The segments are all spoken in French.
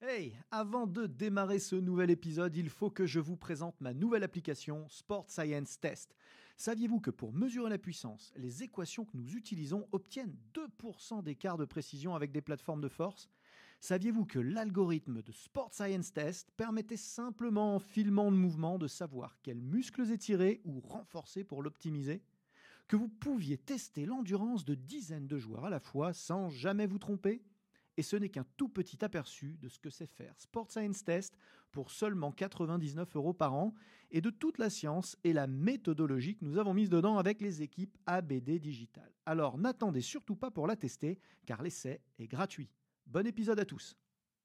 Hey, avant de démarrer ce nouvel épisode, il faut que je vous présente ma nouvelle application Sport Science Test. Saviez-vous que pour mesurer la puissance, les équations que nous utilisons obtiennent 2% d'écart de précision avec des plateformes de force ? Saviez-vous que l'algorithme de Sport Science Test permettait simplement en filmant le mouvement de savoir quels muscles étirer ou renforcer pour l'optimiser ? Que vous pouviez tester l'endurance de dizaines de joueurs à la fois sans jamais vous tromper ? Et ce n'est qu'un tout petit aperçu de ce que c'est faire Sport Science Test pour seulement 99 € par an et de toute la science et la méthodologie que nous avons mise dedans avec les équipes ABD Digital. Alors n'attendez surtout pas pour la tester car l'essai est gratuit. Bon épisode à tous.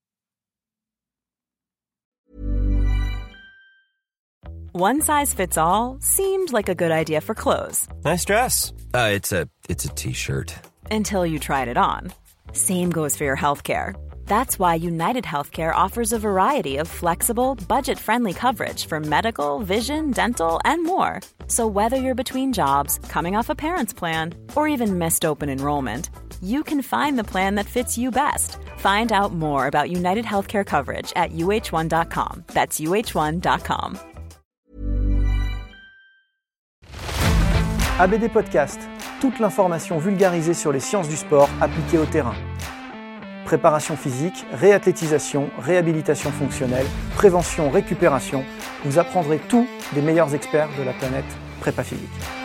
One size fits all seemed like a good idea for clothes. Nice dress. It's a t-shirt. Until you tried it on. Same goes for your healthcare. That's why United Healthcare offers a variety of flexible, budget-friendly coverage for medical, vision, dental, and more. So whether you're between jobs, coming off a parent's plan, or even missed open enrollment, you can find the plan that fits you best. Find out more about United Healthcare coverage at uh1.com. That's uh1.com. ABD Podcast, toute l'information vulgarisée sur les sciences du sport appliquées au terrain. Préparation physique, réathlétisation, réhabilitation fonctionnelle, prévention, récupération, vous apprendrez tout des meilleurs experts de la planète prépa physique.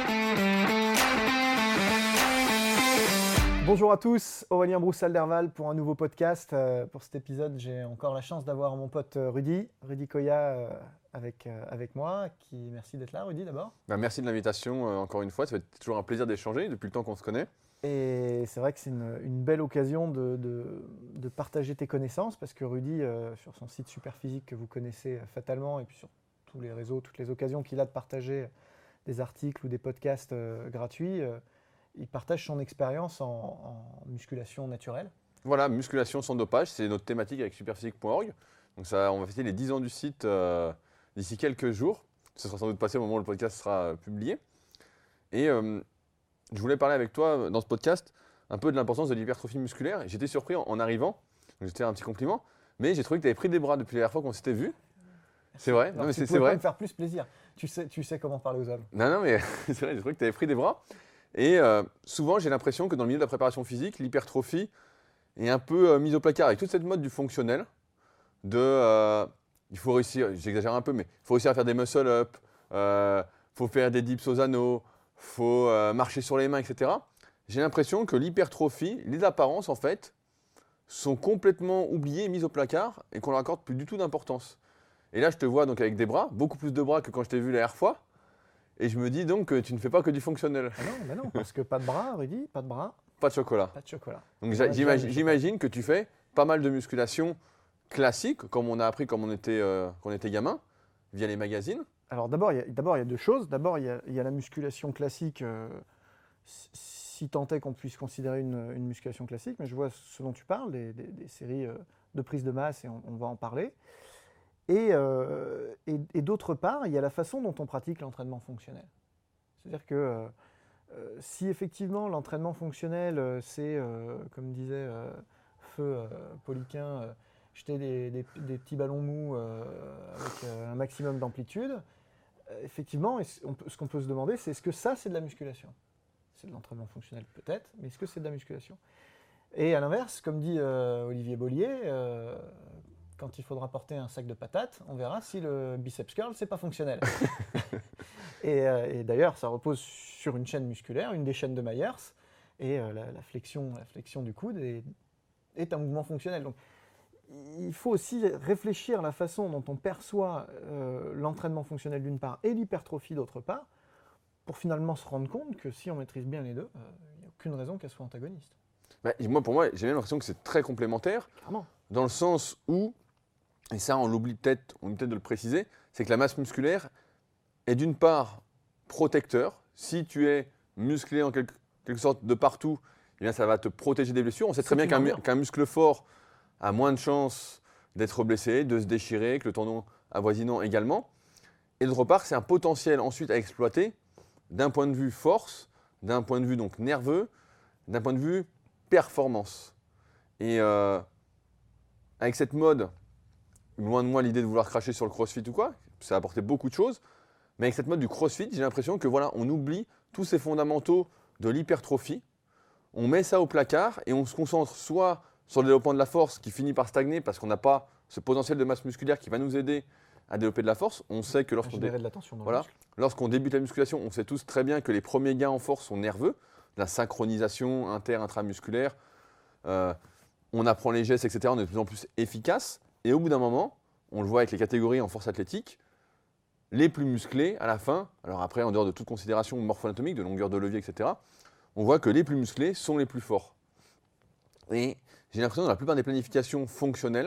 Bonjour à tous, Aurélien Broussal-Derval pour un nouveau podcast. Pour cet épisode, j'ai encore la chance d'avoir mon pote Rudy Koya avec moi. Merci d'être là, Rudy, d'abord. Merci de l'invitation, encore une fois. Ça fait toujours un plaisir d'échanger depuis le temps qu'on se connaît. Et c'est vrai que c'est une belle occasion de partager tes connaissances parce que Rudy, sur son site Superphysique que vous connaissez fatalement et puis sur tous les réseaux, toutes les occasions qu'il a de partager des articles ou des podcasts gratuits, il partage son expérience en musculation naturelle. Voilà, musculation sans dopage, c'est notre thématique avec superphysique.org. Donc ça, on va fêter les 10 ans du site d'ici quelques jours. Ce sera sans doute passé au moment où le podcast sera publié. Et je voulais parler avec toi dans ce podcast un peu de l'importance de l'hypertrophie musculaire. Et j'étais surpris en arrivant, donc j'étais un petit compliment, mais j'ai trouvé que tu avais pris des bras depuis la dernière fois qu'on s'était vus. C'est vrai, non, mais c'est vrai. Pas me faire plus plaisir. Tu sais comment parler aux hommes. Non, mais c'est vrai, j'ai trouvé que tu avais pris des bras. Et souvent, j'ai l'impression que dans le milieu de la préparation physique, l'hypertrophie est un peu mise au placard avec toute cette mode du fonctionnel. Il faut réussir, j'exagère un peu, mais il faut réussir à faire des muscle-up, faut faire des dips aux anneaux, faut marcher sur les mains, etc. J'ai l'impression que l'hypertrophie, les apparences, en fait, sont complètement oubliées, mises au placard et qu'on leur accorde plus du tout d'importance. Et là, je te vois donc avec des bras, beaucoup plus de bras que quand je t'ai vu la dernière fois. Et je me dis donc que tu ne fais pas que du fonctionnel. Ah non, parce que pas de bras, Rudy, pas de bras. Pas de chocolat. Pas de chocolat. Donc j'imagine que tu fais pas mal de musculation classique, comme on a appris quand on était gamin, via les magazines. Alors d'abord, il y a deux choses. D'abord, il y a la musculation classique, si tant est qu'on puisse considérer une musculation classique. Mais je vois ce dont tu parles, des séries de prise de masse, et on va en parler. Et d'autre part, il y a la façon dont on pratique l'entraînement fonctionnel. C'est-à-dire que si effectivement l'entraînement fonctionnel, c'est, comme disait Feu Poliquin, jeter des petits ballons mous avec un maximum d'amplitude, effectivement, ce qu'on peut se demander, c'est est-ce que ça, c'est de la musculation ? C'est de l'entraînement fonctionnel peut-être, mais est-ce que c'est de la musculation ? Et à l'inverse, comme dit Olivier Bollier, quand il faudra porter un sac de patates, on verra si le biceps curl, c'est pas fonctionnel. et d'ailleurs, ça repose sur une chaîne musculaire, une des chaînes de Myers, et la flexion du coude est un mouvement fonctionnel. Donc, il faut aussi réfléchir à la façon dont on perçoit l'entraînement fonctionnel d'une part et l'hypertrophie d'autre part, pour finalement se rendre compte que si on maîtrise bien les deux, il n'y a aucune raison qu'elles soient antagonistes. Pour moi, j'ai même l'impression que c'est très complémentaire. Clairement. Dans le sens où, et ça on oublie peut-être de le préciser, c'est que la masse musculaire est d'une part protecteur. Si tu es musclé en quelque sorte de partout, eh bien ça va te protéger des blessures. On sait très bien qu'un muscle fort a moins de chances d'être blessé, de se déchirer, que le tendon avoisinant également. Et d'autre part, c'est un potentiel ensuite à exploiter d'un point de vue force, d'un point de vue donc nerveux, d'un point de vue performance. Et avec cette mode loin de moi l'idée de vouloir cracher sur le crossfit ou quoi, ça a apporté beaucoup de choses. Mais avec cette mode du crossfit, j'ai l'impression que voilà, on oublie tous ces fondamentaux de l'hypertrophie. On met ça au placard et on se concentre soit sur le développement de la force qui finit par stagner parce qu'on n'a pas ce potentiel de masse musculaire qui va nous aider à développer de la force. On sait que Générer de la tension dans le voilà, muscle. lorsqu'on débute la musculation, on sait tous très bien que les premiers gains en force sont nerveux, la synchronisation intramusculaire, on apprend les gestes, etc. On est de plus en plus efficace. Et au bout d'un moment, on le voit avec les catégories en force athlétique, les plus musclés à la fin, alors après en dehors de toute considération morpho-anatomique, de longueur de levier, etc., on voit que les plus musclés sont les plus forts. Et j'ai l'impression que dans la plupart des planifications fonctionnelles,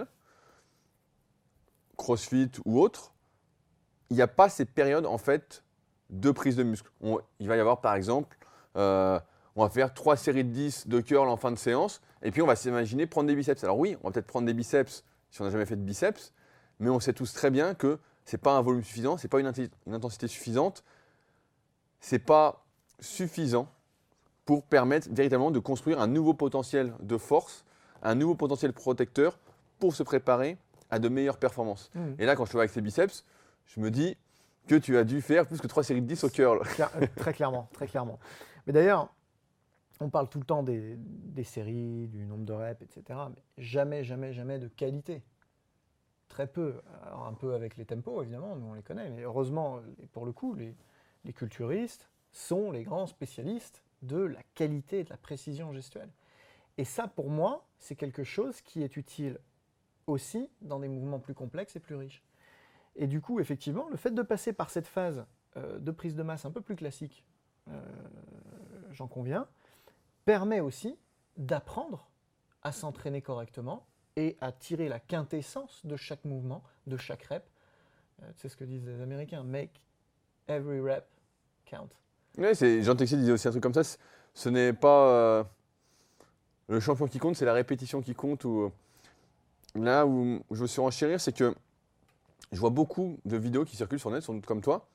crossfit ou autres, il n'y a pas ces périodes en fait de prise de muscle. Il va y avoir par exemple, on va faire 3 séries de 10 de curl en fin de séance, et puis on va s'imaginer prendre des biceps. Alors oui, on va peut-être prendre des biceps si on n'a jamais fait de biceps, mais on sait tous très bien que ce n'est pas un volume suffisant, ce n'est pas une intensité suffisante, ce n'est pas suffisant pour permettre véritablement de construire un nouveau potentiel de force, un nouveau potentiel protecteur pour se préparer à de meilleures performances. Et là, quand je te vois avec ces biceps, je me dis que tu as dû faire plus que 3 séries de 10 au curl. Très clairement, très clairement. Mais d'ailleurs, on parle tout le temps des séries, du nombre de reps, etc. Mais jamais, jamais, jamais de qualité. Très peu. Alors un peu avec les tempos, évidemment, nous on les connaît. Mais heureusement, pour le coup, les culturistes sont les grands spécialistes de la qualité et de la précision gestuelle. Et ça, pour moi, c'est quelque chose qui est utile aussi dans des mouvements plus complexes et plus riches. Et du coup, effectivement, le fait de passer par cette phase de prise de masse un peu plus classique, j'en conviens, permet aussi d'apprendre à s'entraîner correctement et à tirer la quintessence de chaque mouvement, de chaque rep. C'est ce que disent les Américains, make every rep count. Oui, Jean Texier disait aussi un truc comme ça, ce n'est pas le champion qui compte, c'est la répétition qui compte. Là où je veux surenchérir, c'est que je vois beaucoup de vidéos qui circulent sur le net, sans doute comme toi,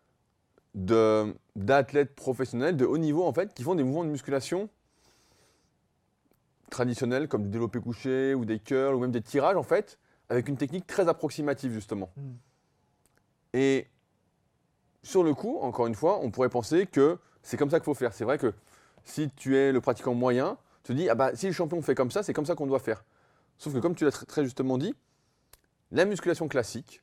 d'athlètes professionnels de haut niveau en fait, qui font des mouvements de musculation traditionnels comme du développé couché ou des curls ou même des tirages en fait, avec une technique très approximative justement. Et sur le coup, encore une fois, on pourrait penser que c'est comme ça qu'il faut faire. C'est vrai que si tu es le pratiquant moyen, tu te dis, ah bah, si le champion fait comme ça, c'est comme ça qu'on doit faire. Sauf que comme tu l'as très justement dit, la musculation classique,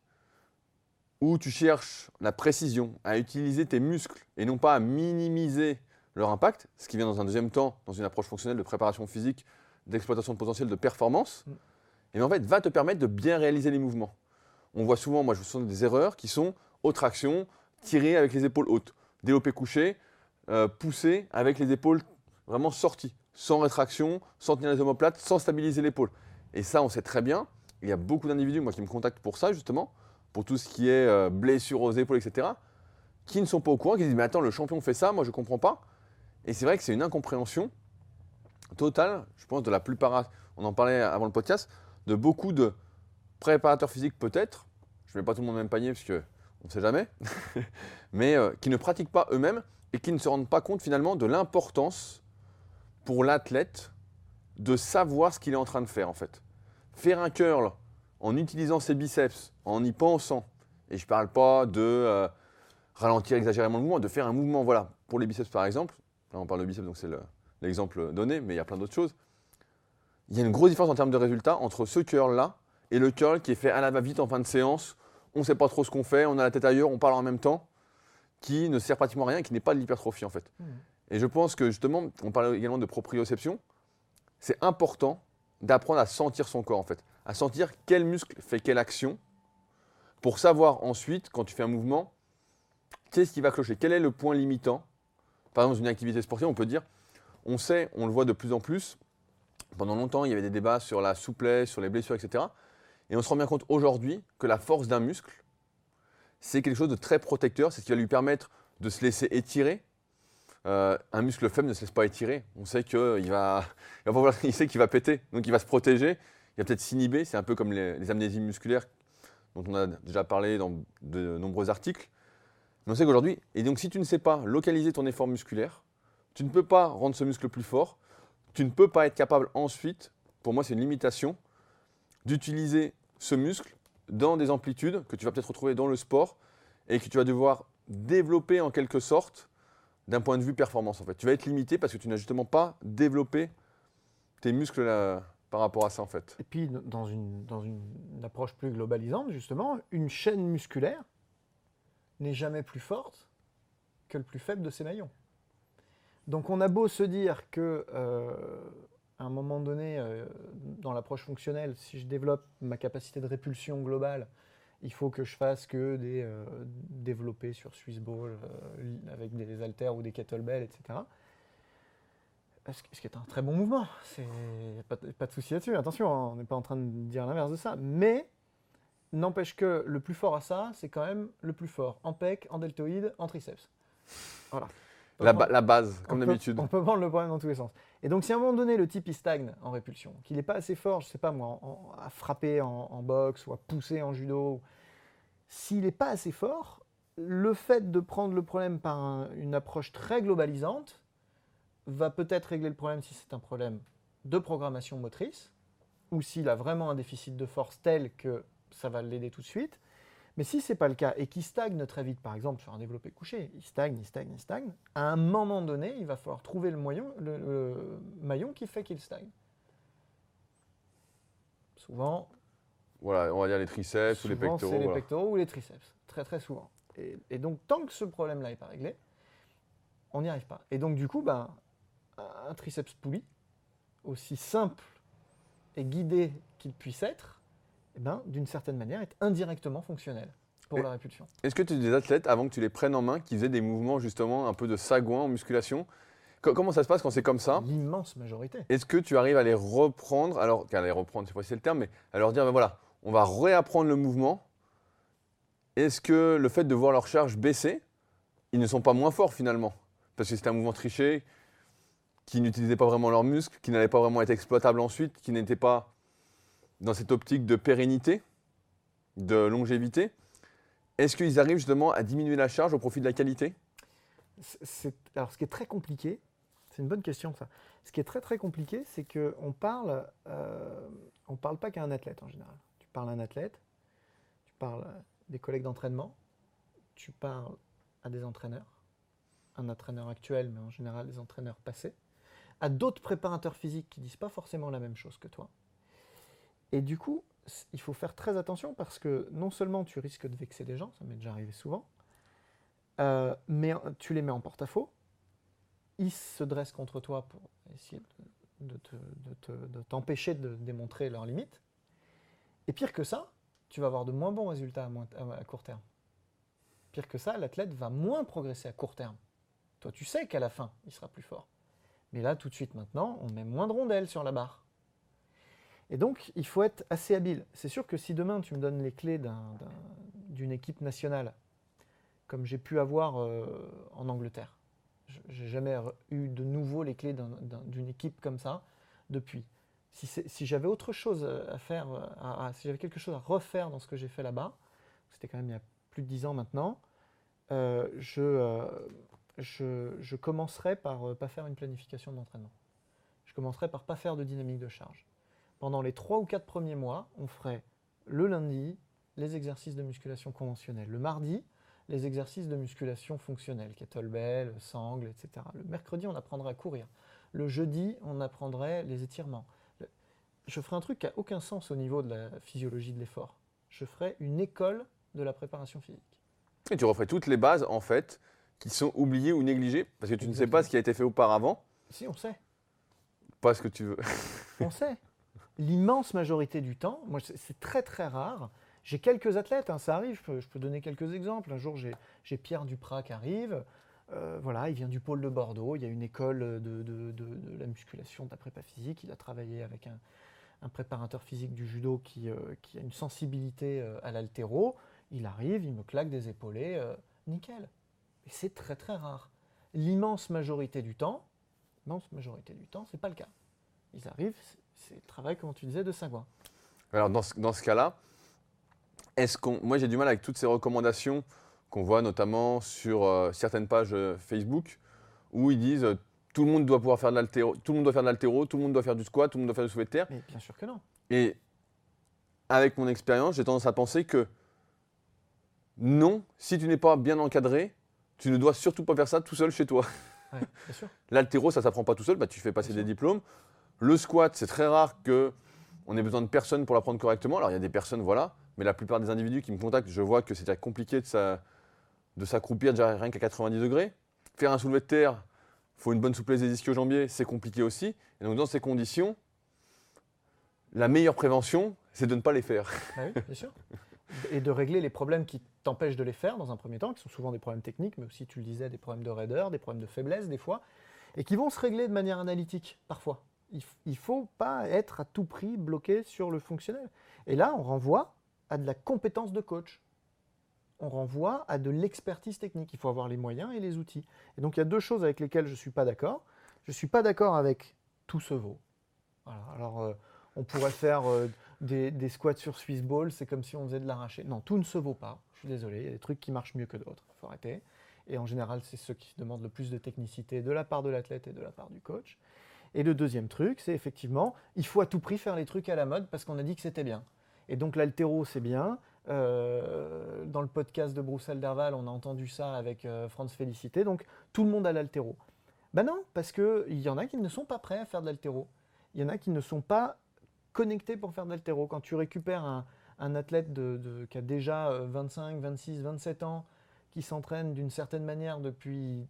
où tu cherches la précision, à utiliser tes muscles et non pas à minimiser leur impact, ce qui vient dans un deuxième temps, dans une approche fonctionnelle de préparation physique, d'exploitation de potentiel de performance, et en fait va te permettre de bien réaliser les mouvements. On voit souvent, moi je vois souvent des erreurs qui sont haute traction, tirer avec les épaules hautes, développé couché, pousser avec les épaules vraiment sorties, sans rétraction, sans tenir les omoplates, sans stabiliser l'épaule. Et ça, on sait très bien, il y a beaucoup d'individus, moi qui me contactent pour ça justement, pour tout ce qui est blessure aux épaules, etc., qui ne sont pas au courant, qui disent « mais attends, le champion fait ça, moi je ne comprends pas ». Et c'est vrai que c'est une incompréhension totale, je pense, de la plupart, on en parlait avant le podcast, de beaucoup de préparateurs physiques peut-être, je ne mets pas tout le monde dans le même panier parce qu'on ne sait jamais, mais qui ne pratiquent pas eux-mêmes et qui ne se rendent pas compte finalement de l'importance pour l'athlète de savoir ce qu'il est en train de faire en fait. Faire un curl en utilisant ses biceps, en y pensant, et je ne parle pas de ralentir exagérément le mouvement, de faire un mouvement, voilà, pour les biceps par exemple, là on parle de biceps donc c'est l'exemple donné, mais il y a plein d'autres choses. Il y a une grosse différence en termes de résultats entre ce curl-là et le curl qui est fait à la va-vite en fin de séance, on ne sait pas trop ce qu'on fait, on a la tête ailleurs, on parle en même temps, qui ne sert pratiquement à rien et qui n'est pas de l'hypertrophie en fait. Et je pense que justement, on parle également de proprioception, c'est important d'apprendre à sentir son corps en fait, à sentir quel muscle fait quelle action, pour savoir ensuite, quand tu fais un mouvement, qu'est-ce qui va clocher, quel est le point limitant. Par exemple, dans une activité sportive, on peut dire, on sait, on le voit de plus en plus, pendant longtemps, il y avait des débats sur la souplesse, sur les blessures, etc. Et on se rend bien compte aujourd'hui que la force d'un muscle, c'est quelque chose de très protecteur, c'est ce qui va lui permettre de se laisser étirer. Un muscle faible ne se laisse pas étirer. On sait qu'il il sait qu'il va péter, donc il va se protéger, il va peut-être s'inhiber. C'est un peu comme les amnésies musculaires dont on a déjà parlé dans de nombreux articles. Mais on sait qu'aujourd'hui, et donc si tu ne sais pas localiser ton effort musculaire, tu ne peux pas rendre ce muscle plus fort, tu ne peux pas être capable ensuite, pour moi c'est une limitation, d'utiliser ce muscle pour dans des amplitudes que tu vas peut-être retrouver dans le sport et que tu vas devoir développer en quelque sorte d'un point de vue performance en fait. Tu vas être limité parce que tu n'as justement pas développé tes muscles par rapport à ça en fait. Et puis, dans une approche plus globalisante, justement, une chaîne musculaire n'est jamais plus forte que le plus faible de ses maillons. Donc, on a beau se dire que, à un moment donné, dans l'approche fonctionnelle, si je développe ma capacité de répulsion globale, il faut que je fasse que des développés sur Swiss Ball avec des haltères ou des kettlebells, etc. Ce qui est un très bon mouvement, pas de souci là-dessus, attention, hein, on n'est pas en train de dire l'inverse de ça, mais n'empêche que le plus fort à ça, c'est quand même le plus fort en pec, en deltoïde, en triceps. Voilà. La base, comme d'habitude. On peut prendre le problème dans tous les sens. Et donc si à un moment donné, le type il stagne en répulsion, qu'il n'est pas assez fort, je ne sais pas moi, à frapper en boxe ou à pousser en judo, s'il n'est pas assez fort, le fait de prendre le problème par une approche très globalisante, va peut-être régler le problème si c'est un problème de programmation motrice, ou s'il a vraiment un déficit de force tel que ça va l'aider tout de suite. Mais si ce n'est pas le cas et qu'il stagne très vite, par exemple sur un développé couché, il stagne, à un moment donné, il va falloir trouver le maillon qui fait qu'il stagne. Souvent, voilà, on va dire les triceps ou les pectoraux. C'est les pectoraux ou les triceps, très très souvent. Et donc, tant que ce problème-là n'est pas réglé, on n'y arrive pas. Et donc, du coup, un triceps poulie, aussi simple et guidé qu'il puisse être, d'une certaine manière, est indirectement fonctionnel pour la répulsion. Est-ce que tu as des athlètes, avant que tu les prennes en main, qui faisaient des mouvements justement un peu de sagouin en musculation ? Comment ça se passe quand c'est comme ça ? L'immense majorité. Est-ce que tu arrives à les reprendre, alors qu'à les reprendre, je ne sais pas si c'est le terme, mais à leur dire, voilà, on va réapprendre le mouvement. Est-ce que le fait de voir leur charge baisser, ils ne sont pas moins forts finalement ? Parce que c'était un mouvement triché, qui n'utilisaient pas vraiment leurs muscles, qui n'allaient pas vraiment être exploitables ensuite, qui n'étaient pas dans cette optique de pérennité, de longévité. Est-ce qu'ils arrivent justement à diminuer la charge au profit de la qualité ? Alors, ce qui est très compliqué, c'est une bonne question ça. Ce qui est très très compliqué, c'est qu'on parle pas qu'à un athlète en général. Tu parles à un athlète, tu parles à des collègues d'entraînement, tu parles à des entraîneurs, un entraîneur actuel, mais en général des entraîneurs passés, à d'autres préparateurs physiques qui ne disent pas forcément la même chose que toi. Et du coup, il faut faire très attention parce que non seulement tu risques de vexer des gens, ça m'est déjà arrivé souvent, mais tu les mets en porte-à-faux, ils se dressent contre toi pour essayer de t'empêcher de démontrer leurs limites. Et pire que ça, tu vas avoir de moins bons résultats à court terme. Pire que ça, l'athlète va moins progresser à court terme. Toi, tu sais qu'à la fin, il sera plus fort. Mais là, tout de suite maintenant, on met moins de rondelles sur la barre. Et donc, il faut être assez habile. C'est sûr que si demain, tu me donnes les clés d'une équipe nationale, comme j'ai pu avoir en Angleterre, j'ai jamais eu de nouveau les clés d'une équipe comme ça depuis. Si j'avais autre chose à faire, si j'avais quelque chose à refaire dans ce que j'ai fait là-bas, c'était quand même il y a plus de 10 ans maintenant, je commencerai par pas faire une planification d'entraînement. Je commencerai par pas faire de dynamique de charge. Pendant les 3 ou 4 premiers mois, on ferait le lundi les exercices de musculation conventionnels. Le mardi, les exercices de musculation fonctionnelle, kettlebell, sangle, etc. Le mercredi, on apprendrait à courir. Le jeudi, on apprendrait les étirements. Je ferai un truc qui n'a aucun sens au niveau de la physiologie de l'effort. Je ferai une école de la préparation physique. Et tu referais toutes les bases, en fait, qui sont oubliées ou négligées, parce que tu ne sais pas ce qui a été fait auparavant. Si, on sait. Pas ce que tu veux. On sait. L'immense majorité du temps, moi, c'est très très rare. J'ai quelques athlètes, hein, ça arrive, je peux donner quelques exemples. Un jour, j'ai Pierre Duprat qui arrive. Voilà, il vient du pôle de Bordeaux. Il y a une école de la musculation, de la prépa physique. Il a travaillé avec un préparateur physique du judo qui a une sensibilité à l'haltéro. Il arrive, il me claque des épaulés, nickel. Et c'est très très rare. L'immense majorité du temps, c'est pas le cas. Ils arrivent, c'est le travail, comme tu disais, de sagouin. Alors dans ce cas-là, moi j'ai du mal avec toutes ces recommandations qu'on voit notamment sur certaines pages Facebook où ils disent tout le monde doit pouvoir faire de l'haltéro, tout le monde doit faire de l'haltéro, tout le monde doit faire du squat, tout le monde doit faire du soulevé de terre. Mais bien sûr que non. Et avec mon expérience, j'ai tendance à penser que non, si tu n'es pas bien encadré, tu ne dois surtout pas faire ça tout seul chez toi. Ouais, bien sûr. L'haltéro, ça ne s'apprend pas tout seul, tu fais passer des diplômes. Le squat, c'est très rare qu'on ait besoin de personne pour l'apprendre correctement. Alors, il y a des personnes, voilà, mais la plupart des individus qui me contactent, je vois que c'est déjà compliqué de s'accroupir déjà rien qu'à 90 degrés. Faire un soulevé de terre, il faut une bonne souplesse des ischio-jambiers, c'est compliqué aussi. Et donc, dans ces conditions, la meilleure prévention, c'est de ne pas les faire. Ah oui, bien sûr. Et de régler les problèmes qui t'empêchent de les faire dans un premier temps, qui sont souvent des problèmes techniques, mais aussi, tu le disais, des problèmes de raideur, des problèmes de faiblesse des fois, et qui vont se régler de manière analytique parfois. Il ne faut pas être à tout prix bloqué sur le fonctionnel. Et là, on renvoie à de la compétence de coach. On renvoie à de l'expertise technique. Il faut avoir les moyens et les outils. Et donc, il y a deux choses avec lesquelles je ne suis pas d'accord. Je ne suis pas d'accord avec tout se vaut. Voilà. Alors, on pourrait faire des squats sur Swiss Ball, c'est comme si on faisait de l'arraché. Non, tout ne se vaut pas. Je suis désolé, il y a des trucs qui marchent mieux que d'autres. Il faut arrêter. Et en général, c'est ceux qui demandent le plus de technicité de la part de l'athlète et de la part du coach. Et le deuxième truc, c'est effectivement, il faut à tout prix faire les trucs à la mode parce qu'on a dit que c'était bien. Et donc l'haltéro, c'est bien. Dans le podcast de Bruce Alderval, on a entendu ça avec Franz Félicité. Donc tout le monde a l'haltéro. Ben non, parce qu'il y en a qui ne sont pas prêts à faire de l'haltéro. Il y en a qui ne sont pas connectés pour faire de l'haltéro. Quand tu récupères un athlète qui a déjà 25, 26, 27 ans, qui s'entraîne d'une certaine manière depuis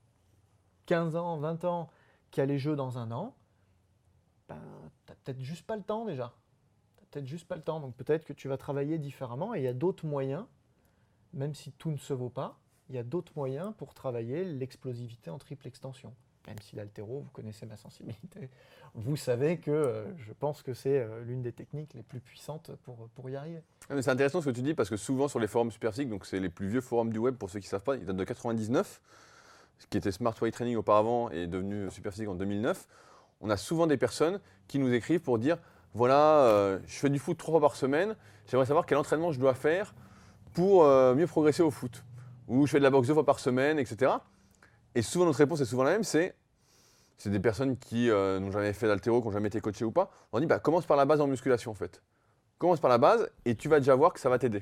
15 ans, 20 ans, qui a les jeux dans un an, ben, tu n'as peut-être juste pas le temps déjà. Tu n'as peut-être juste pas le temps. Donc peut-être que tu vas travailler différemment et il y a d'autres moyens, même si tout ne se vaut pas, il y a d'autres moyens pour travailler l'explosivité en triple extension. Même si l'haltéro, vous connaissez ma sensibilité, vous savez que je pense que c'est l'une des techniques les plus puissantes pour y arriver. Ah, mais c'est intéressant ce que tu dis parce que souvent sur les forums Superphysique, donc c'est les plus vieux forums du web pour ceux qui ne savent pas, ils datent de 99, ce qui était Smart Weight Training auparavant et est devenu Superphysique en 2009. On a souvent des personnes qui nous écrivent pour dire voilà, je fais du foot 3 fois par semaine, j'aimerais savoir quel entraînement je dois faire pour mieux progresser au foot. Ou je fais de la boxe 2 fois par semaine, etc. Et souvent notre réponse est souvent la même, c'est des personnes qui n'ont jamais fait d'haltéro, qui n'ont jamais été coachées ou pas. On dit commence par la base en musculation en fait. Commence par la base et tu vas déjà voir que ça va t'aider.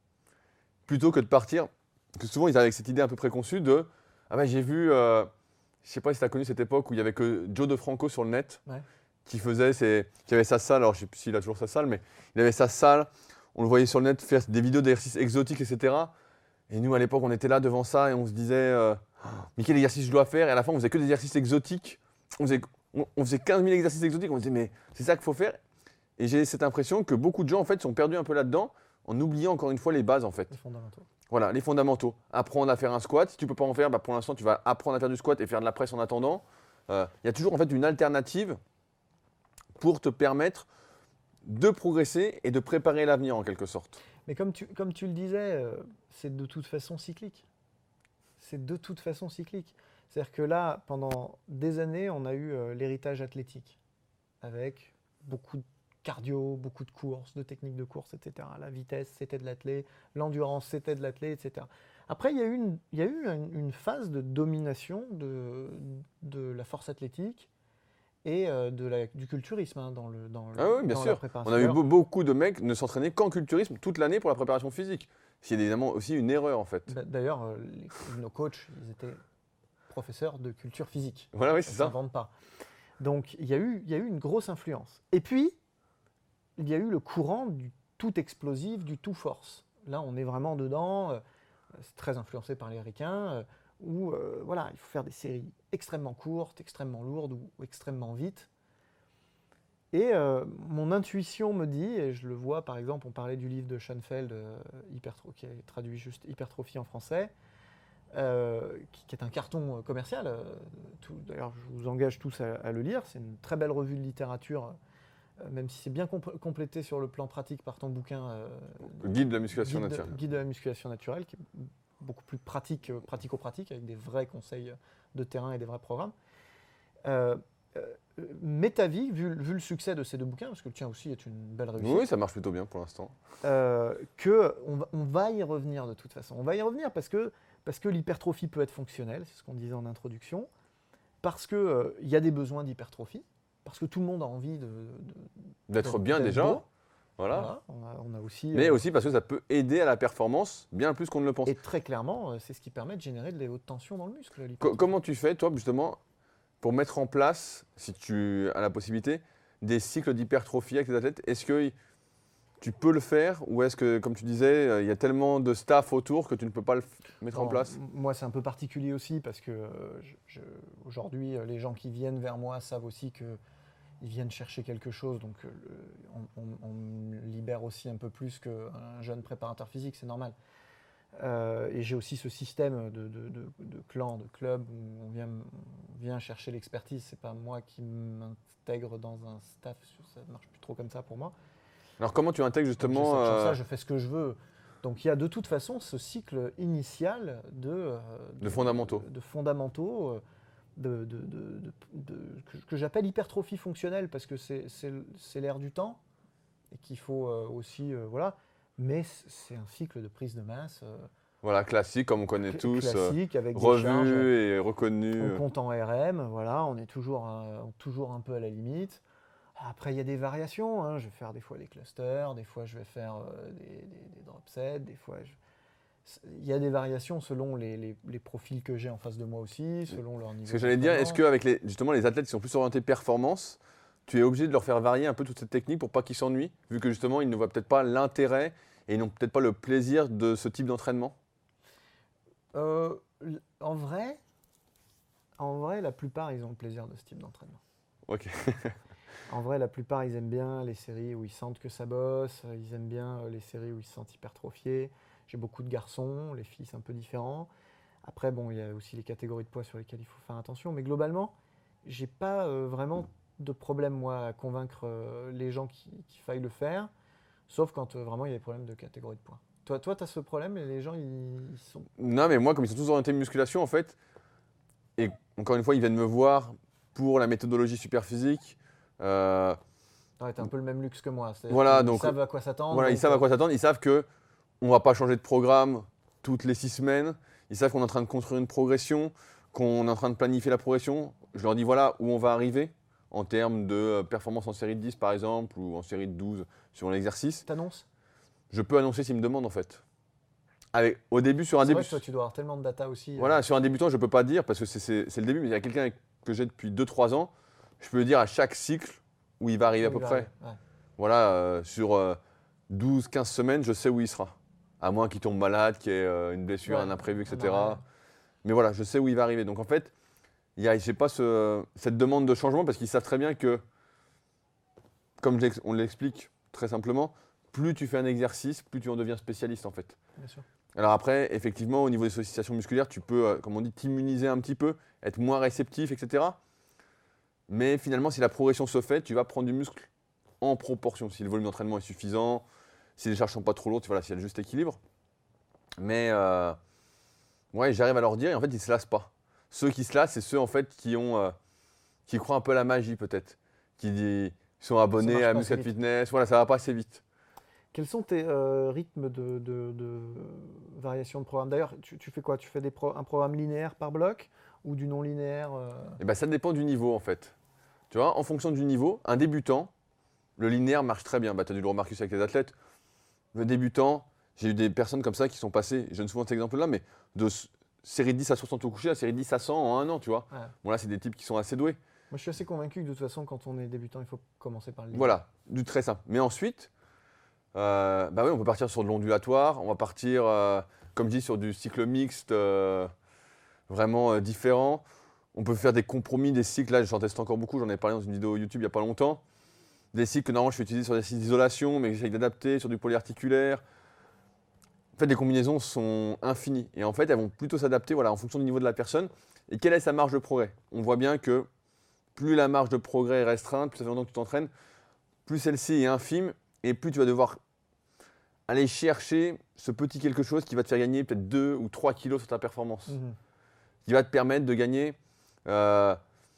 Plutôt que de partir, parce que souvent ils avaient cette idée un peu préconçue de j'ai vu, je ne sais pas si tu as connu cette époque où il n'y avait que Joe DeFranco sur le net, Ouais. qui avait sa salle, alors je ne sais plus s'il a toujours sa salle, mais il avait sa salle, on le voyait sur le net faire des vidéos d'exercices exotiques, etc. Et nous à l'époque on était là devant ça et on se disait mais quel exercice je dois faire? Et à la fin on faisait que des exercices exotiques, on faisait 15 000 exercices exotiques, on se disait mais c'est ça qu'il faut faire. Et j'ai cette impression que beaucoup de gens en fait sont perdus un peu là-dedans en oubliant encore une fois les bases en fait. Les fondamentaux. Voilà, les fondamentaux. Apprendre à faire un squat. Si tu ne peux pas en faire, pour l'instant, tu vas apprendre à faire du squat et faire de la presse en attendant. Il y a toujours en fait une alternative pour te permettre de progresser et de préparer l'avenir en quelque sorte. Mais comme tu le disais, c'est de toute façon cyclique. C'est de toute façon cyclique. C'est-à-dire que là, pendant des années, on a eu l'héritage athlétique avec beaucoup de cardio, beaucoup de courses, de techniques de course, etc. La vitesse, c'était de l'athlé, l'endurance, c'était de l'athlé, etc. Après, il y a eu une phase de domination de la force athlétique et du culturisme dans Oui, bien dans sûr. la préparation. On a eu beaucoup de mecs ne s'entraîner qu'en culturisme toute l'année pour la préparation physique. C'est évidemment aussi une erreur en fait. D'ailleurs, nos coachs, ils étaient professeurs de culture physique. Voilà, oui, c'est ça. Ils ne s'inventent pas. Donc, il y a eu une grosse influence. Et puis, il y a eu le courant du tout explosif, du tout force. Là, on est vraiment dedans. C'est très influencé par les Ricains, où voilà, il faut faire des séries extrêmement courtes, extrêmement lourdes ou extrêmement vite. Et mon intuition me dit, et je le vois par exemple, on parlait du livre de Schoenfeld, qui est traduit juste Hypertrophie en français, qui est un carton commercial. D'ailleurs, je vous engage tous à le lire. C'est une très belle revue de littérature, même si c'est bien complété sur le plan pratique par ton bouquin. Guide de la musculation naturelle. Guide de la musculation naturelle, qui est beaucoup plus pratico-pratique, avec des vrais conseils de terrain et des vrais programmes. Mets ta vie, vu le succès de ces deux bouquins, parce que le tien aussi est une belle réussite. Oui, ça marche plutôt bien pour l'instant. On va y revenir de toute façon. On va y revenir parce que l'hypertrophie peut être fonctionnelle, c'est ce qu'on disait en introduction, parce qu'il y a des besoins d'hypertrophie, parce que tout le monde a envie d'être bien d'être déjà. beau. Voilà. On a aussi. Mais aussi parce que ça peut aider à la performance bien plus qu'on ne le pense. Et très clairement, c'est ce qui permet de générer de la haute tension dans le muscle. Comment tu fais, toi, justement, pour mettre en place, si tu as la possibilité, des cycles d'hypertrophie avec les athlètes? Est-ce que tu peux le faire ou est-ce que, comme tu disais, il y a tellement de staff autour que tu ne peux pas le mettre en place? Moi, c'est un peu particulier aussi parce que aujourd'hui, les gens qui viennent vers moi savent aussi qu'ils viennent chercher quelque chose. Donc, on me libère aussi un peu plus qu'un jeune préparateur physique, c'est normal. Et j'ai aussi ce système de clan, de club où on vient chercher l'expertise. C'est pas moi qui m'intègre dans un staff, ça ne marche plus trop comme ça pour moi. Alors comment tu intègres justement… Comme ça, je fais ce que je veux. Donc il y a de toute façon ce cycle initial de fondamentaux. Que j'appelle hypertrophie fonctionnelle parce que c'est l'air du temps et qu'il faut aussi… voilà. Mais c'est un cycle de prise de masse. Voilà, classique, comme on connaît tous. Classique, avec des revu charges, et reconnu. on compte en RM, voilà, on est toujours un peu à la limite. Après, il y a des variations. Hein. Je vais faire des fois des clusters, des fois je vais faire des drop sets, des fois… Il y a des variations selon les profils que j'ai en face de moi aussi, selon leur niveau. Ce que j'allais dire, est-ce qu'avec justement les athlètes qui sont plus orientés performance, tu es obligé de leur faire varier un peu toute cette technique pour pas qu'ils s'ennuient, vu que justement ils ne voient peut-être pas l'intérêt et ils n'ont peut-être pas le plaisir de ce type d'entraînement? En vrai, la plupart, ils ont le plaisir de ce type d'entraînement. Ok. En vrai, la plupart, ils aiment bien les séries où ils sentent que ça bosse, ils aiment bien les séries où ils se sentent hypertrophiés. J'ai beaucoup de garçons, les filles, c'est un peu différent. Après, bon, il y a aussi les catégories de poids sur lesquelles il faut faire attention. Mais globalement, j'ai pas vraiment de problème, moi, à convaincre les gens qu'il faille le faire, sauf quand vraiment il y a des problèmes de catégorie de poids. Toi, tu as ce problème et les gens, ils sont… Non, mais moi, comme ils sont tous orientés musculation, en fait, et encore une fois, ils viennent me voir pour la méthodologie super physique. Tu as un peu le même luxe que moi. Voilà, ils donc, savent à quoi s'attendre. Voilà, ils savent à quoi s'attendre. Ils savent qu'on ne va pas changer de programme toutes les 6 semaines. Ils savent qu'on est en train de construire une progression, qu'on est en train de planifier la progression. Je leur dis voilà où on va arriver en termes de performance en série de 10 par exemple ou en série de 12 sur l'exercice. T'annonces ? Je peux annoncer s'ils me demandent en fait. Au début, sur un début. C'est vrai que toi, tu dois avoir tellement de data aussi. Voilà, sur un débutant, je ne peux pas dire parce que c'est le début, mais il y a quelqu'un que j'ai depuis 2-3 ans, je peux dire à chaque cycle où il va arriver à peu près. Ouais. Voilà, sur 12-15 semaines, je sais où il sera. À moins qu'il tombe malade, qu'il y ait une blessure, un imprévu, etc. Mais voilà, je sais où il va arriver. Donc en fait, je n'ai pas cette demande de changement parce qu'ils savent très bien que, comme on l'explique très simplement, plus tu fais un exercice, plus tu en deviens spécialiste en fait. Bien sûr. Alors après, effectivement, au niveau des sollicitations musculaires, tu peux, comme on dit, t'immuniser un petit peu, être moins réceptif, etc. Mais finalement, si la progression se fait, tu vas prendre du muscle en proportion. Si le volume d'entraînement est suffisant, si les charges ne sont pas trop lourdes, voilà, s'il y a le juste équilibre. Mais ouais, j'arrive à leur dire, et en fait, ils ne se lassent pas. Ceux qui se lassent, c'est ceux en fait, qui croient un peu à la magie peut-être, qui sont abonnés à Muscle Fitness. Voilà, ça ne va pas assez vite. Quels sont tes rythmes de variation de programme? D'ailleurs, tu fais quoi? Tu fais un programme linéaire par bloc ou du non linéaire Eh ben, ça dépend du niveau en fait. Tu vois, en fonction du niveau, un débutant, le linéaire marche très bien. Bah, tu as dû le remarquer avec les athlètes. Le débutant, j'ai eu des personnes comme ça qui sont passées, je donne souvent cet exemple-là, mais de série 10 à 60 au coucher à série 10 à 100 en un an, tu vois. Ouais. Bon, là, c'est des types qui sont assez doués. Moi, je suis assez convaincu que de toute façon, quand on est débutant, il faut commencer par le linéaire. Voilà, du très simple. Mais ensuite, bah oui, on peut partir sur de l'ondulatoire, on va partir, comme je dis, sur du cycle mixte vraiment différent. On peut faire des compromis, des cycles, là j'en teste encore beaucoup, j'en ai parlé dans une vidéo YouTube il n'y a pas longtemps. Des cycles que normalement je fais utiliser sur des cycles d'isolation, mais que j'essaye d'adapter sur du polyarticulaire. En fait, les combinaisons sont infinies et en fait, elles vont plutôt s'adapter voilà, en fonction du niveau de la personne et quelle est sa marge de progrès. On voit bien que plus la marge de progrès est restreinte, plus ça fait longtemps que tu t'entraînes, plus celle-ci est infime et plus tu vas devoir aller chercher ce petit quelque chose qui va te faire gagner peut-être 2 ou 3 kilos sur ta performance. Qui va te permettre de gagner, ça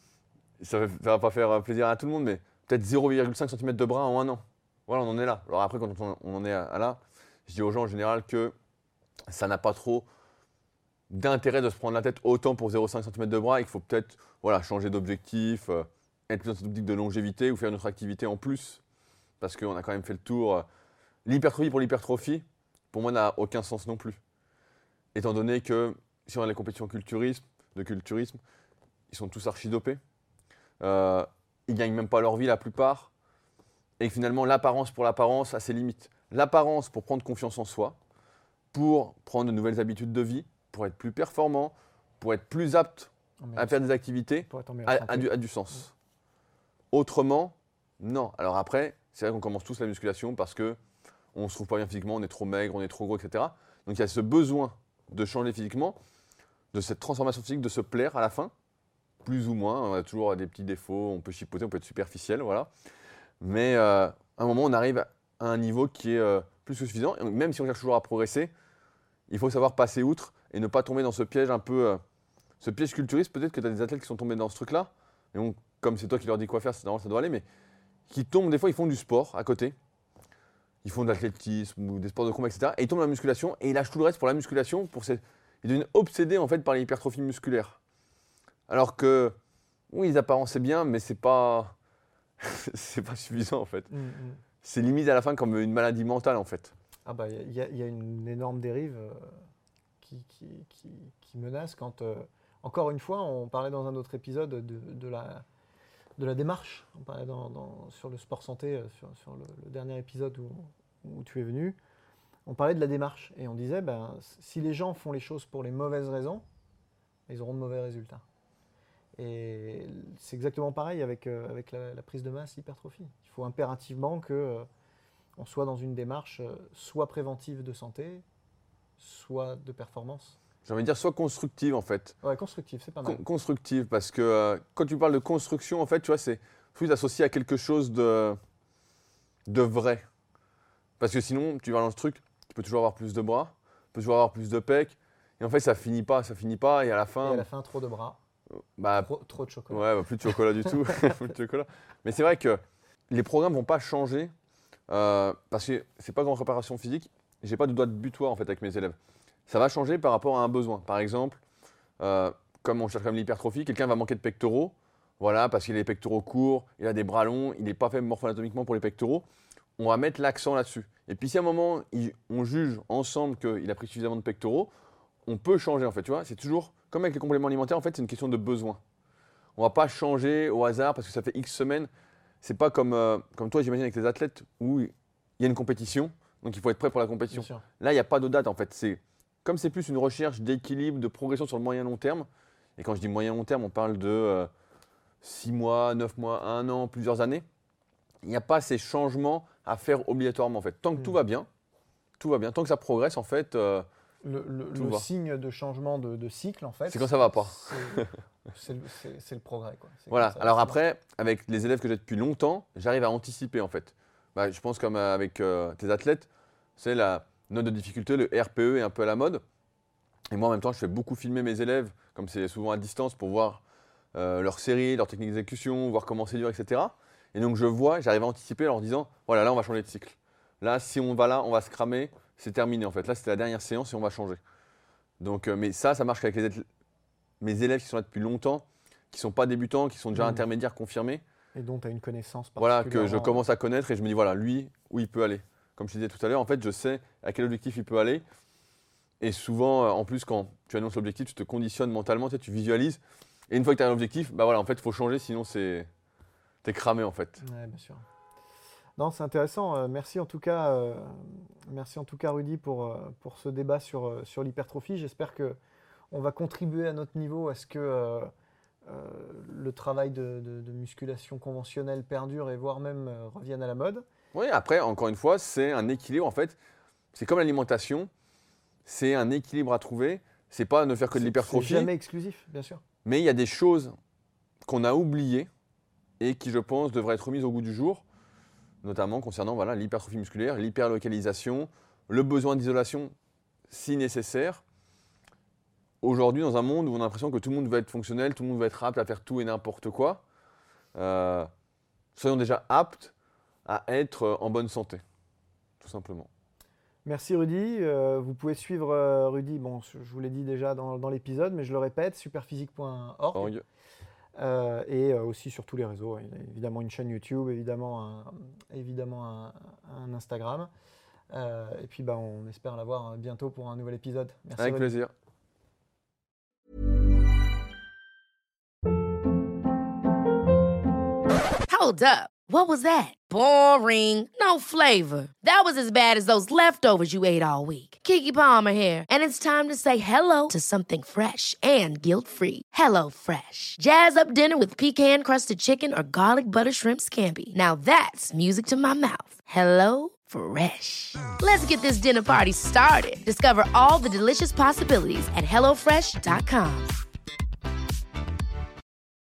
ne va pas faire plaisir à tout le monde, mais peut-être 0,5 cm de bras en un an. Voilà, on en est là. Alors après, quand on en est à là, je dis aux gens en général que ça n'a pas trop d'intérêt de se prendre la tête autant pour 0,5 cm de bras et qu'il faut peut-être changer d'objectif, être plus dans cette optique de longévité ou faire une autre activité en plus parce qu'on a quand même fait le tour. L'hypertrophie pour l'hypertrophie, pour moi, n'a aucun sens non plus. Étant donné que si on a les compétitions de culturisme, ils sont tous archi-dopés. Ils ne gagnent même pas leur vie la plupart. Et que finalement, l'apparence pour l'apparence a ses limites. L'apparence pour prendre confiance en soi, pour prendre de nouvelles habitudes de vie, pour être plus performant, pour être plus apte à faire des activités, Pour être en meilleure santé. a du sens. Autrement, non. Alors après, c'est vrai qu'on commence tous la musculation parce qu'on ne se trouve pas bien physiquement, on est trop maigre, on est trop gros, etc. Donc il y a ce besoin de changer physiquement, de cette transformation physique, de se plaire à la fin, plus ou moins. On a toujours des petits défauts, on peut chipoter, on peut être superficiel, voilà. Mais à un moment, on arrive à un niveau qui est plus que suffisant. Et même si on cherche toujours à progresser, il faut savoir passer outre et ne pas tomber dans ce piège un peu, ce piège culturiste. Peut-être que tu as des athlètes qui sont tombés dans ce truc-là. Et donc, comme c'est toi qui leur dis quoi faire, c'est normal, ça doit aller. Mais qui tombent, des fois, ils font du sport à côté. Ils font de l'athlétisme ou des sports de combat, etc. Et ils tombent dans la musculation et ils lâchent tout le reste pour la musculation. Ils deviennent obsédés en fait par l'hypertrophie musculaire. Alors que, oui, ils apparaissaient bien, mais c'est pas suffisant en fait. C'est limite à la fin comme une maladie mentale en fait. Ah bah il y a une énorme dérive qui menace quand, encore une fois, on parlait dans un autre épisode de la démarche. On parlait sur le sport santé, sur le dernier épisode où tu es venu. On parlait de la démarche et on disait, si les gens font les choses pour les mauvaises raisons, ils auront de mauvais résultats. Et c'est exactement pareil avec la prise de masse, l'hypertrophie. Il faut impérativement qu'on soit dans une démarche soit préventive de santé, soit de performance. J'ai envie de dire soit constructive en fait. Ouais, constructive, c'est pas mal. Constructive parce que quand tu parles de construction, en fait, tu vois, c'est plus associé à quelque chose de vrai. Parce que sinon, tu vas dans ce truc, tu peux toujours avoir plus de bras, tu peux toujours avoir plus de pecs, et en fait, ça finit pas, et à la fin... Et à la fin, trop de bras, trop de chocolat. Ouais, plus de chocolat du tout, plus de chocolat. Mais c'est vrai que les programmes vont pas changer, parce que c'est pas qu'en préparation physique, j'ai pas de doigt de butoir en fait avec mes élèves. Ça va changer par rapport à un besoin. Par exemple, comme on cherche comme l'hypertrophie, quelqu'un va manquer de pectoraux, voilà, parce qu'il a les pectoraux courts, il a des bras longs, il n'est pas fait morpho-anatomiquement pour les pectoraux. On va mettre l'accent là-dessus. Et puis si à un moment, on juge ensemble qu'il a pris suffisamment de pectoraux, on peut changer en fait, tu vois. C'est toujours, comme avec les compléments alimentaires, en fait, c'est une question de besoin. On ne va pas changer au hasard parce que ça fait X semaines. C'est pas comme toi, j'imagine, avec les athlètes, où il y a une compétition, donc il faut être prêt pour la compétition. Là, il n'y a pas de date en fait. Comme c'est plus une recherche d'équilibre, de progression sur le moyen-long terme, et quand je dis moyen-long terme, on parle de 6 mois, 9 mois, 1 an, plusieurs années, il n'y a pas ces changements à faire obligatoirement en fait. Tant que tout va bien, tant que ça progresse en fait. Le signe de changement de cycle en fait. C'est quand ça va pas. C'est le progrès quoi. Voilà. Alors après, avec les élèves que j'ai depuis longtemps, j'arrive à anticiper en fait. Je pense comme avec tes athlètes, c'est la note de difficulté, le RPE est un peu à la mode. Et moi en même temps, je fais beaucoup filmer mes élèves, comme c'est souvent à distance, pour voir leur série, leur technique d'exécution, voir comment c'est dur, etc. Et donc j'arrive à anticiper en leur disant, voilà, là on va changer de cycle. Là, si on va là, on va se cramer, c'est terminé en fait. Là, c'était la dernière séance et on va changer. Donc, mais ça marche avec mes élèves qui sont là depuis longtemps, qui ne sont pas débutants, qui sont déjà intermédiaires confirmés. Et dont tu as une connaissance particulière. Voilà, que je commence à connaître et je me dis, voilà, lui, où il peut aller. Comme je te disais tout à l'heure, en fait, je sais à quel objectif il peut aller. Et souvent, en plus, quand tu annonces l'objectif, tu te conditionnes mentalement, tu visualises. Et une fois que tu as un objectif, en fait, il faut changer, sinon t'es cramé en fait. Ouais, bien sûr. Non, c'est intéressant. Merci en tout cas, Rudy, pour ce débat sur l'hypertrophie. J'espère qu'on va contribuer à notre niveau à ce que le travail de musculation conventionnelle perdure et voire même revienne à la mode. Oui, après, encore une fois, c'est un équilibre en fait. C'est comme l'alimentation, c'est un équilibre à trouver. C'est pas ne faire que de l'hypertrophie. C'est jamais exclusif, bien sûr. Mais il y a des choses qu'on a oubliées et qui, je pense, devraient être mises au goût du jour, notamment concernant l'hypertrophie musculaire, l'hyperlocalisation, le besoin d'isolation si nécessaire. Aujourd'hui, dans un monde où on a l'impression que tout le monde veut être fonctionnel, tout le monde veut être apte à faire tout et n'importe quoi, soyons déjà aptes à être en bonne santé, tout simplement. Merci Rudy. Vous pouvez suivre Rudy, je vous l'ai dit déjà dans l'épisode, mais je le répète, superphysique.org. et aussi sur tous les réseaux. Il y a évidemment une chaîne YouTube, évidemment un Instagram. Et puis on espère l'avoir bientôt pour un nouvel épisode. Merci. Avec plaisir. Hold up. What was that? Boring. No flavor. That was as bad as those leftovers you ate all week. Keke Palmer here, and it's time to say hello to something fresh and guilt-free. Hello Fresh. Jazz up dinner with pecan-crusted chicken or garlic butter shrimp scampi. Now that's music to my mouth. Hello Fresh. Let's get this dinner party started. Discover all the delicious possibilities at HelloFresh.com.